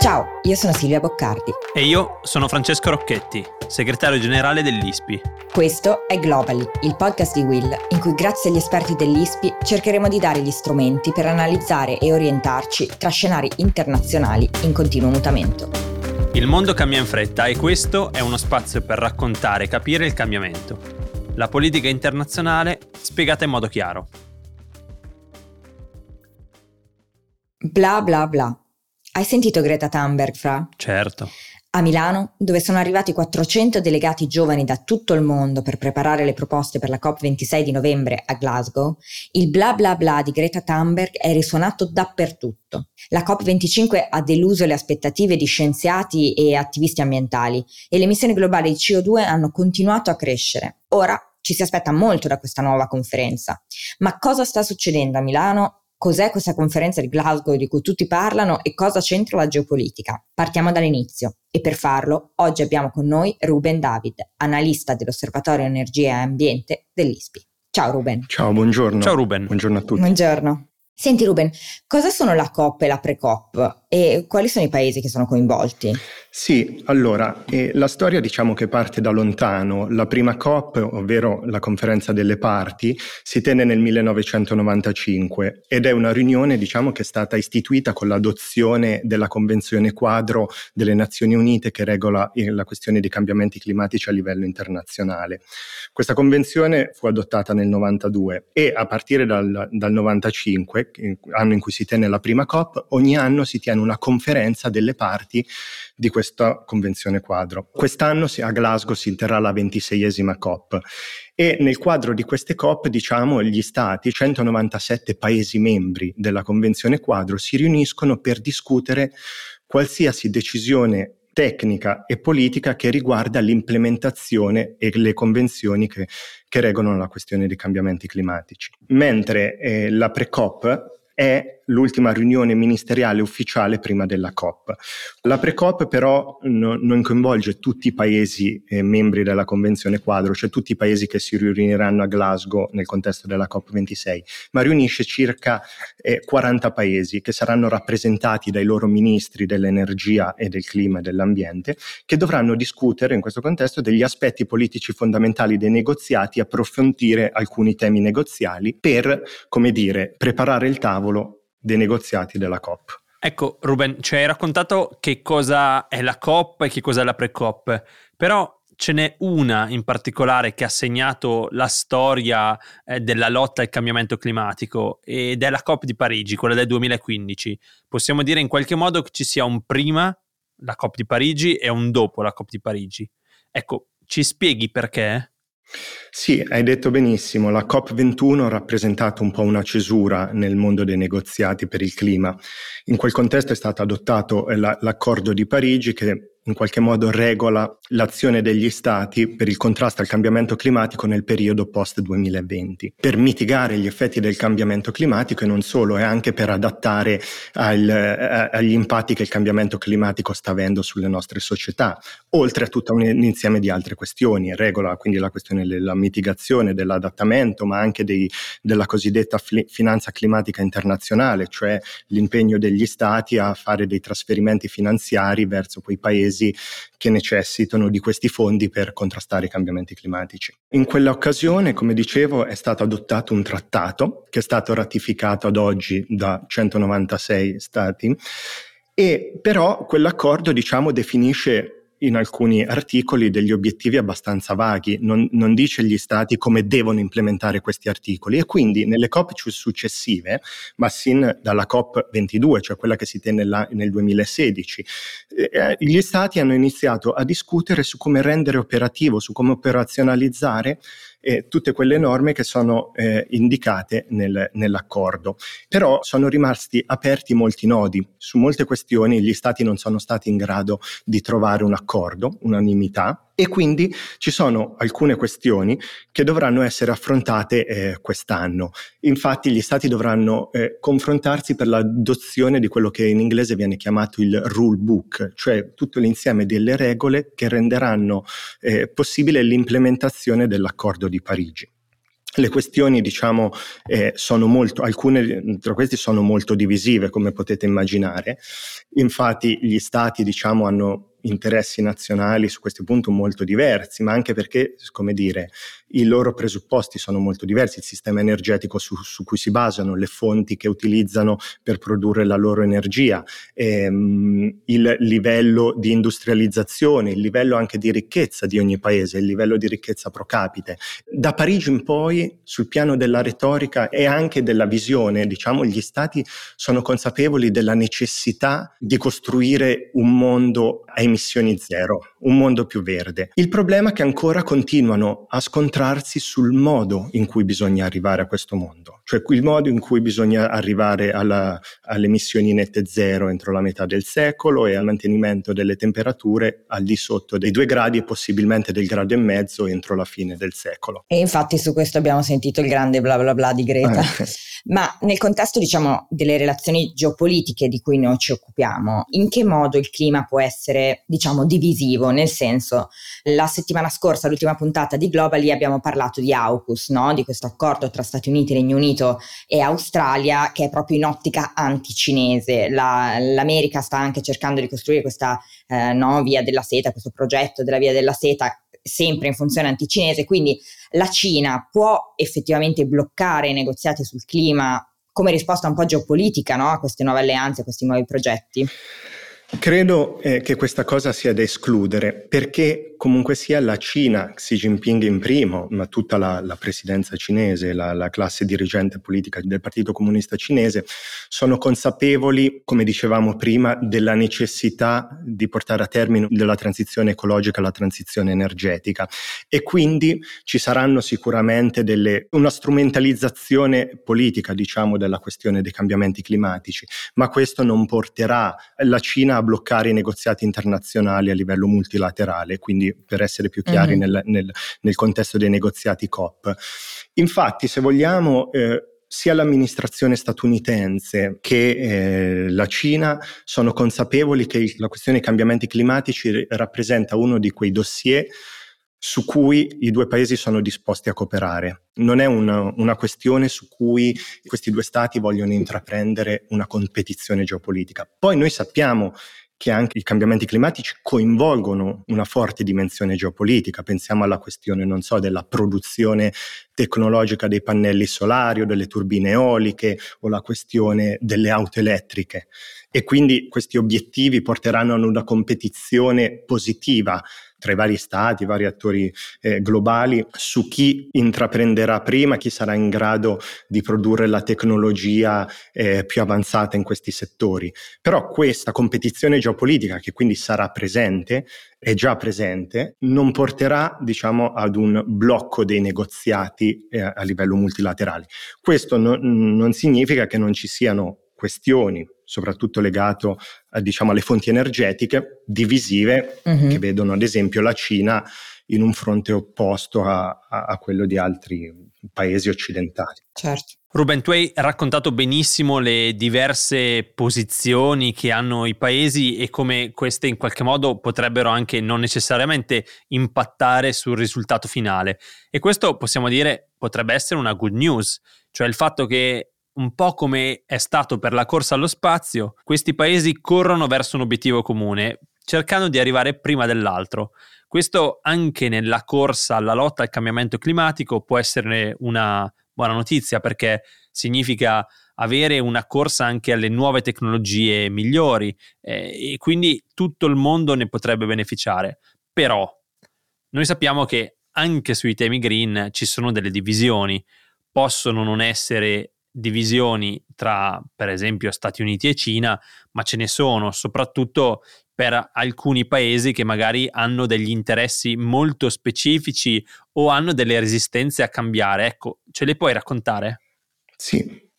Ciao, io sono Silvia Boccardi. E io sono Francesco Rocchetti, segretario generale dell'ISPI. Questo è Globally, il podcast di Will, in cui grazie agli esperti dell'ISPI cercheremo di dare gli strumenti per analizzare e orientarci tra scenari internazionali in continuo mutamento. Il mondo cambia in fretta e questo è uno spazio per raccontare e capire il cambiamento. La politica internazionale spiegata in modo chiaro. Bla bla bla. Hai sentito Greta Thunberg, Fra? Certo. A Milano, dove sono arrivati 400 delegati giovani da tutto il mondo per preparare le proposte per la COP26 di novembre a Glasgow, il bla bla bla di Greta Thunberg è risuonato dappertutto. La COP25 ha deluso le aspettative di scienziati e attivisti ambientali e le emissioni globali di CO2 hanno continuato a crescere. Ora ci si aspetta molto da questa nuova conferenza. Ma cosa sta succedendo a Milano? Cos'è questa conferenza di Glasgow di cui tutti parlano e cosa c'entra la geopolitica? Partiamo dall'inizio e per farlo oggi abbiamo con noi Ruben David, analista dell'Osservatorio Energia e Ambiente dell'ISPI. Ciao Ruben. Ciao, buongiorno. Ciao Ruben. Buongiorno a tutti. Buongiorno. Senti Ruben, cosa sono la COP e la pre-COP e quali sono i paesi che sono coinvolti? Sì, allora, la storia diciamo che parte da lontano. La prima COP, ovvero la conferenza delle parti, si tenne nel 1995 ed è una riunione diciamo che è stata istituita con l'adozione della Convenzione quadro delle Nazioni Unite che regola la questione dei cambiamenti climatici a livello internazionale. Questa convenzione fu adottata nel 92 e a partire dal 95, anno in cui si tenne la prima COP, ogni anno si tiene una conferenza delle parti di questa convenzione quadro. Quest'anno a Glasgow si terrà la 26esima COP e nel quadro di queste COP, diciamo, gli stati, 197 paesi membri della convenzione quadro, si riuniscono per discutere qualsiasi decisione tecnica e politica che riguarda l'implementazione e le convenzioni che regolano la questione dei cambiamenti climatici. Mentre la pre-COP è l'ultima riunione ministeriale ufficiale prima della COP. La pre-COP però non coinvolge tutti i paesi membri della Convenzione quadro, cioè tutti i paesi che si riuniranno a Glasgow nel contesto della COP26, ma riunisce circa 40 paesi che saranno rappresentati dai loro ministri dell'energia e del clima e dell'ambiente, che dovranno discutere in questo contesto degli aspetti politici fondamentali dei negoziati, approfondire alcuni temi negoziali per, come dire, preparare il tavolo dei negoziati della COP. Ecco Ruben, ci hai raccontato che cosa è la COP e che cosa è la pre-COP, però ce n'è una in particolare che ha segnato la storia della lotta al cambiamento climatico ed è la COP di Parigi, quella del 2015. Possiamo dire in qualche modo che ci sia un prima la COP di Parigi e un dopo la COP di Parigi. Ecco, ci spieghi perché? Sì, hai detto benissimo, la COP21 ha rappresentato un po' una cesura nel mondo dei negoziati per il clima. In quel contesto è stato adottato l'accordo di Parigi che in qualche modo regola l'azione degli stati per il contrasto al cambiamento climatico nel periodo post-2020, per mitigare gli effetti del cambiamento climatico e non solo, e anche per adattare agli impatti che il cambiamento climatico sta avendo sulle nostre società, oltre a tutto un insieme di altre questioni. Regola quindi la questione della mitigazione, dell'adattamento, ma anche della cosiddetta finanza climatica internazionale, cioè l'impegno degli stati a fare dei trasferimenti finanziari verso quei paesi che necessitano di questi fondi per contrastare i cambiamenti climatici. In quella occasione, come dicevo, è stato adottato un trattato che è stato ratificato ad oggi da 196 stati e però quell'accordo, diciamo, definisce in alcuni articoli degli obiettivi abbastanza vaghi, non dice agli stati come devono implementare questi articoli e quindi nelle COP successive, ma sin dalla COP 22, cioè quella che si tenne nel 2016, gli stati hanno iniziato a discutere su come rendere operativo, su come operazionalizzare tutte quelle norme che sono indicate nell'accordo. Però sono rimasti aperti molti nodi. Su molte questioni gli stati non sono stati in grado di trovare un accordo, unanimità, e quindi ci sono alcune questioni che dovranno essere affrontate quest'anno. Infatti gli stati dovranno confrontarsi per l'adozione di quello che in inglese viene chiamato il rule book, cioè tutto l'insieme delle regole che renderanno possibile l'implementazione dell'accordo di Parigi. Le questioni, diciamo, alcune tra queste sono molto divisive, come potete immaginare. Infatti gli stati, diciamo, hanno interessi nazionali su questo punto molto diversi, ma anche perché, come dire, i loro presupposti sono molto diversi, il sistema energetico su cui si basano, le fonti che utilizzano per produrre la loro energia, il livello di industrializzazione, il livello anche di ricchezza di ogni paese, il livello di ricchezza pro capite. Da Parigi in poi, sul piano della retorica e anche della visione, diciamo, gli stati sono consapevoli della necessità di costruire un mondo a emissioni zero, un mondo più verde. Il problema è che ancora continuano a scontrarsi sul modo in cui bisogna arrivare a questo mondo, cioè il modo in cui bisogna arrivare alle emissioni nette zero entro la metà del secolo e al mantenimento delle temperature al di sotto dei 2 gradi e possibilmente del 1,5 gradi entro la fine del secolo. E infatti su questo abbiamo sentito il grande bla bla bla di Greta. Ma nel contesto, diciamo, delle relazioni geopolitiche di cui noi ci occupiamo, in che modo il clima può essere, diciamo, divisivo? Nel senso, la settimana scorsa, l'ultima puntata di Globally, abbiamo parlato di AUKUS, no? Di questo accordo tra Stati Uniti, Regno Unito e Australia, che è proprio in ottica anticinese. L'America sta anche cercando di costruire questa via della seta, questo progetto della via della seta, sempre in funzione anticinese, quindi la Cina può effettivamente bloccare i negoziati sul clima come risposta un po' geopolitica, no? A queste nuove alleanze, a questi nuovi progetti? Credo che questa cosa sia da escludere, perché comunque sia la Cina, Xi Jinping in primo, ma tutta la presidenza cinese, la classe dirigente politica del Partito Comunista Cinese, sono consapevoli, come dicevamo prima, della necessità di portare a termine della transizione ecologica alla transizione energetica, e quindi ci saranno sicuramente una strumentalizzazione politica, diciamo, della questione dei cambiamenti climatici, ma questo non porterà la Cina a bloccare i negoziati internazionali a livello multilaterale, quindi per essere più chiari nel contesto dei negoziati COP. Infatti, se vogliamo, sia l'amministrazione statunitense che la Cina sono consapevoli che la questione dei cambiamenti climatici rappresenta uno di quei dossier su cui i due paesi sono disposti a cooperare. Non è una questione su cui questi due stati vogliono intraprendere una competizione geopolitica. Poi noi sappiamo che anche i cambiamenti climatici coinvolgono una forte dimensione geopolitica. Pensiamo alla questione, non so, della produzione tecnologica dei pannelli solari o delle turbine eoliche, o la questione delle auto elettriche. E quindi questi obiettivi porteranno ad una competizione positiva tra i vari stati, i vari attori globali, su chi intraprenderà prima, chi sarà in grado di produrre la tecnologia più avanzata in questi settori. Però questa competizione geopolitica, che quindi sarà presente, è già presente, non porterà, diciamo, ad un blocco dei negoziati a livello multilaterale. Questo non significa che non ci siano questioni, soprattutto legato diciamo alle fonti energetiche divisive, che vedono ad esempio la Cina in un fronte opposto a quello di altri paesi occidentali. Certo. Ruben, tu hai raccontato benissimo le diverse posizioni che hanno i paesi e come queste in qualche modo potrebbero anche non necessariamente impattare sul risultato finale. E questo, possiamo dire, potrebbe essere una good news, cioè il fatto che, un po' come è stato per la corsa allo spazio, questi paesi corrono verso un obiettivo comune, cercando di arrivare prima dell'altro. Questo anche nella corsa alla lotta al cambiamento climatico può essere una buona notizia, perché significa avere una corsa anche alle nuove tecnologie migliori, e quindi tutto il mondo ne potrebbe beneficiare. Però noi sappiamo che anche sui temi green ci sono delle divisioni. Possono non essere divisioni tra, per esempio, Stati Uniti e Cina, ma ce ne sono, soprattutto per alcuni paesi che magari hanno degli interessi molto specifici o hanno delle resistenze a cambiare. Ecco, ce le puoi raccontare? Sì,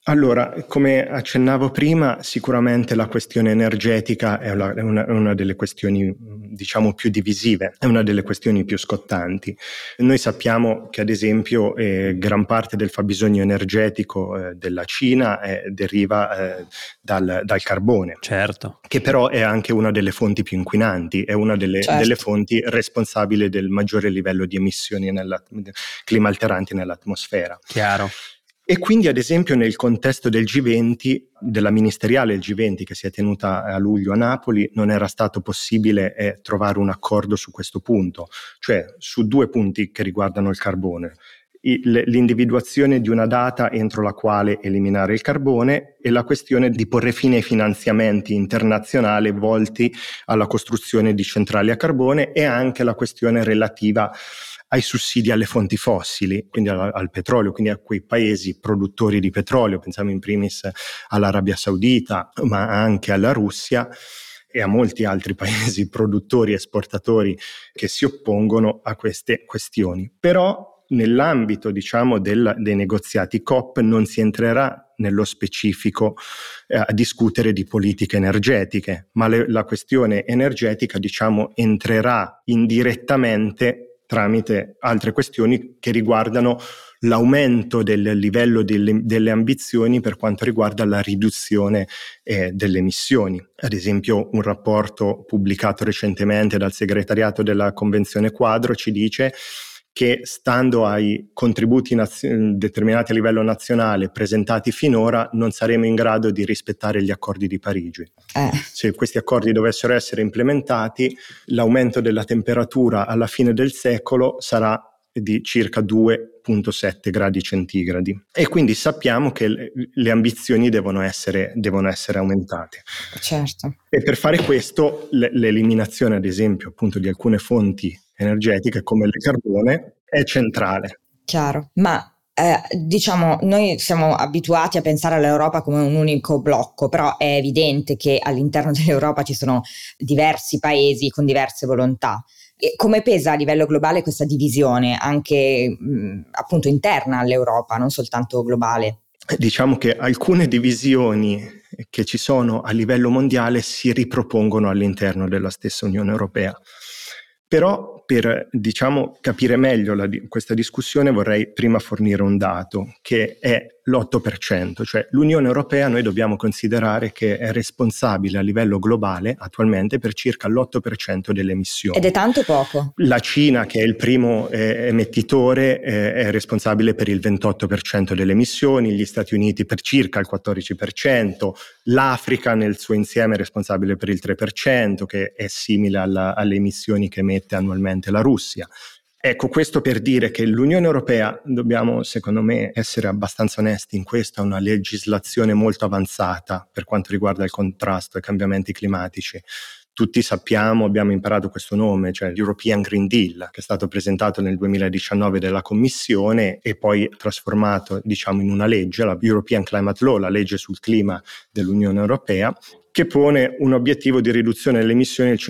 Allora, come accennavo prima, sicuramente la questione energetica è una delle questioni, diciamo, più divisive, è una delle questioni più scottanti. Noi sappiamo che, ad esempio, gran parte del fabbisogno energetico della Cina deriva dal carbone. Certo. Che però è anche una delle fonti più inquinanti, è una delle fonti responsabili del maggiore livello di emissioni clima alteranti nell'atmosfera. Chiaro. E quindi, ad esempio, nel contesto del G20, della ministeriale del G20 che si è tenuta a luglio a Napoli, non era stato possibile trovare un accordo su questo punto, cioè su due punti che riguardano il carbone. L'individuazione di una data entro la quale eliminare il carbone e la questione di porre fine ai finanziamenti internazionali volti alla costruzione di centrali a carbone, e anche la questione relativa ai sussidi alle fonti fossili, quindi al petrolio, quindi a quei paesi produttori di petrolio, pensiamo in primis all'Arabia Saudita, ma anche alla Russia e a molti altri paesi produttori e esportatori che si oppongono a queste questioni. Però nell'ambito, diciamo, dei negoziati COP non si entrerà nello specifico a discutere di politiche energetiche, ma la questione energetica, diciamo, entrerà indirettamente tramite altre questioni che riguardano l'aumento del livello delle ambizioni per quanto riguarda la riduzione delle emissioni. Ad esempio, un rapporto pubblicato recentemente dal segretariato della Convenzione Quadro ci dice che, stando ai contributi determinati a livello nazionale presentati finora, non saremo in grado di rispettare gli accordi di Parigi. Se questi accordi dovessero essere implementati, l'aumento della temperatura alla fine del secolo sarà di circa 2,7 gradi centigradi, e quindi sappiamo che le ambizioni devono essere aumentate. Certo. E per fare questo l'eliminazione, ad esempio, appunto, di alcune fonti energetiche come il carbone è centrale. Chiaro, ma diciamo, noi siamo abituati a pensare all'Europa come un unico blocco, però è evidente che all'interno dell'Europa ci sono diversi paesi con diverse volontà. E come pesa a livello globale questa divisione, anche appunto interna all'Europa, non soltanto globale? Diciamo che alcune divisioni che ci sono a livello mondiale si ripropongono all'interno della stessa Unione Europea. Però, per, diciamo, capire meglio questa discussione, vorrei prima fornire un dato, che è l'8%, cioè l'Unione Europea noi dobbiamo considerare che è responsabile a livello globale attualmente per circa l'8% delle emissioni. Ed è tanto poco? La Cina, che è il primo emettitore, è responsabile per il 28% delle emissioni, gli Stati Uniti per circa il 14%, l'Africa nel suo insieme è responsabile per il 3%, che è simile alle emissioni che emette annualmente la Russia. Ecco, questo per dire che l'Unione Europea, dobbiamo secondo me essere abbastanza onesti in questo, ha una legislazione molto avanzata per quanto riguarda il contrasto ai cambiamenti climatici. Tutti sappiamo, abbiamo imparato questo nome, cioè l'European Green Deal, che è stato presentato nel 2019 dalla Commissione e poi trasformato, diciamo, in una legge, la European Climate Law, la legge sul clima dell'Unione Europea, che pone un obiettivo di riduzione delle emissioni del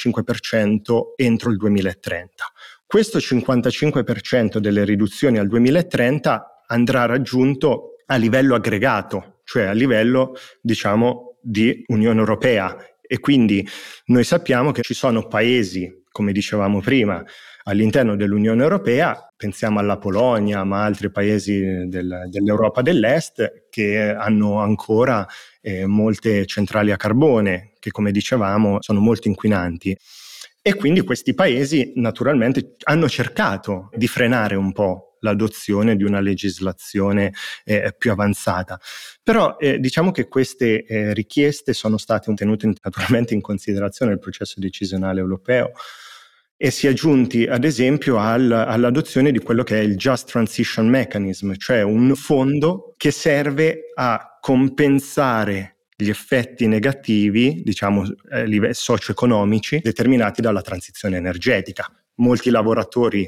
55% entro il 2030. Questo 55% delle riduzioni al 2030 andrà raggiunto a livello aggregato, cioè a livello, diciamo, di Unione Europea. E quindi noi sappiamo che ci sono paesi, come dicevamo prima, all'interno dell'Unione Europea, pensiamo alla Polonia, ma altri paesi dell'Europa dell'Est, che hanno ancora molte centrali a carbone, che, come dicevamo, sono molto inquinanti. E quindi questi paesi naturalmente hanno cercato di frenare un po' l'adozione di una legislazione più avanzata. Però diciamo che queste richieste sono state tenute naturalmente in considerazione nel processo decisionale europeo e si è giunti ad esempio all'adozione di quello che è il Just Transition Mechanism, cioè un fondo che serve a compensare gli effetti negativi, diciamo, socio-economici determinati dalla transizione energetica. Molti lavoratori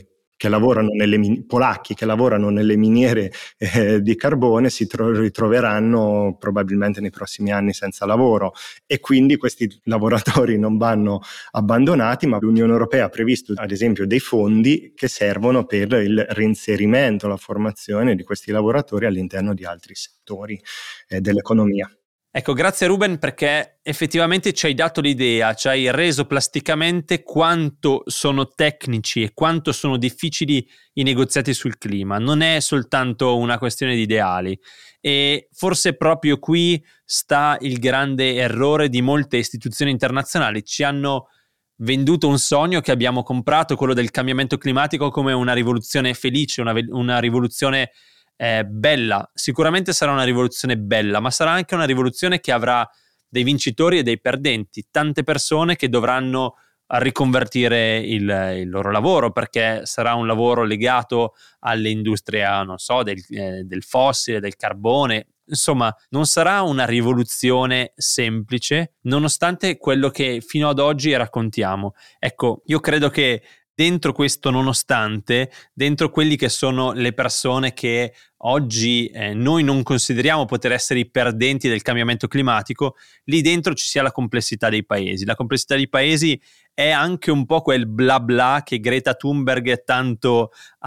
polacchi che lavorano nelle miniere di carbone si ritroveranno probabilmente nei prossimi anni senza lavoro, e quindi questi lavoratori non vanno abbandonati, ma l'Unione Europea ha previsto ad esempio dei fondi che servono per il reinserimento, la formazione di questi lavoratori all'interno di altri settori dell'economia. Ecco, grazie Ruben, perché effettivamente ci hai dato l'idea, ci hai reso plasticamente quanto sono tecnici e quanto sono difficili i negoziati sul clima. Non è soltanto una questione di ideali, e forse proprio qui sta il grande errore di molte istituzioni internazionali. Ci hanno venduto un sogno che abbiamo comprato, quello del cambiamento climatico, come una rivoluzione felice, una rivoluzione bella. Sicuramente sarà una rivoluzione bella, ma sarà anche una rivoluzione che avrà dei vincitori e dei perdenti, tante persone che dovranno riconvertire il loro lavoro, perché sarà un lavoro legato all'industria, non so, del fossile, del carbone. Insomma, non sarà una rivoluzione semplice, nonostante quello che fino ad oggi raccontiamo. Ecco, io credo che dentro questo nonostante, dentro quelli che sono le persone che oggi noi non consideriamo poter essere i perdenti del cambiamento climatico, lì dentro ci sia la complessità dei paesi. La complessità dei paesi è anche un po' quel bla bla che Greta Thunberg tanto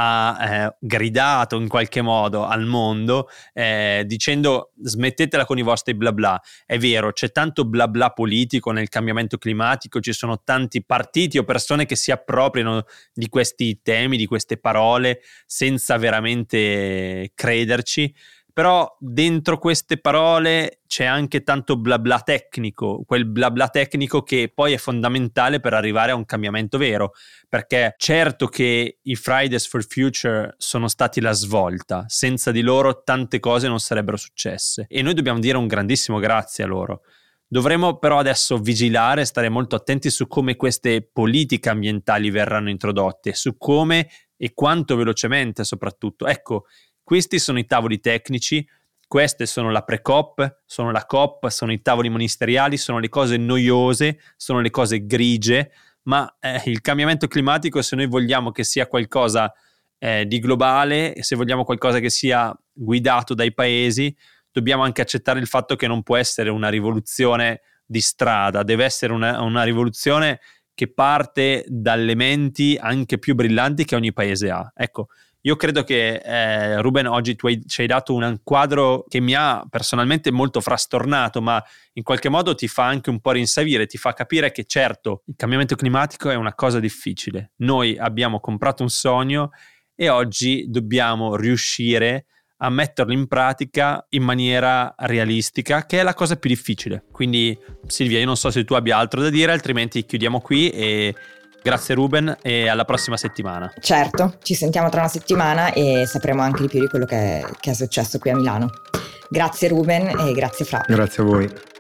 ha gridato in qualche modo al mondo, dicendo smettetela con i vostri bla bla. È vero, c'è tanto bla bla politico nel cambiamento climatico, ci sono tanti partiti o persone che si appropriano di questi temi, di queste parole, senza veramente crederci. Però dentro queste parole c'è anche tanto bla bla tecnico, quel bla bla tecnico che poi è fondamentale per arrivare a un cambiamento vero, perché certo che i Fridays for Future sono stati la svolta, senza di loro tante cose non sarebbero successe, e noi dobbiamo dire un grandissimo grazie a loro. Dovremo però adesso vigilare, stare molto attenti su come queste politiche ambientali verranno introdotte, su come e quanto velocemente soprattutto. Ecco, questi sono i tavoli tecnici, queste sono la pre-COP, sono la COP, sono i tavoli ministeriali, sono le cose noiose, sono le cose grigie, ma il cambiamento climatico, se noi vogliamo che sia qualcosa di globale, e se vogliamo qualcosa che sia guidato dai paesi, dobbiamo anche accettare il fatto che non può essere una rivoluzione di strada, deve essere una rivoluzione che parte dalle menti anche più brillanti che ogni paese ha. Ecco, io credo che Ruben, oggi ci hai dato un quadro che mi ha personalmente molto frastornato, ma in qualche modo ti fa anche un po' rinsavire, ti fa capire che certo il cambiamento climatico è una cosa difficile. Noi abbiamo comprato un sogno e oggi dobbiamo riuscire a metterlo in pratica in maniera realistica, che è la cosa più difficile. Quindi Silvia, io non so se tu abbia altro da dire, altrimenti chiudiamo qui e grazie Ruben e alla prossima settimana. Certo, ci sentiamo tra una settimana e sapremo anche di più di quello che è successo qui a Milano. Grazie Ruben e grazie Fra. Grazie a voi.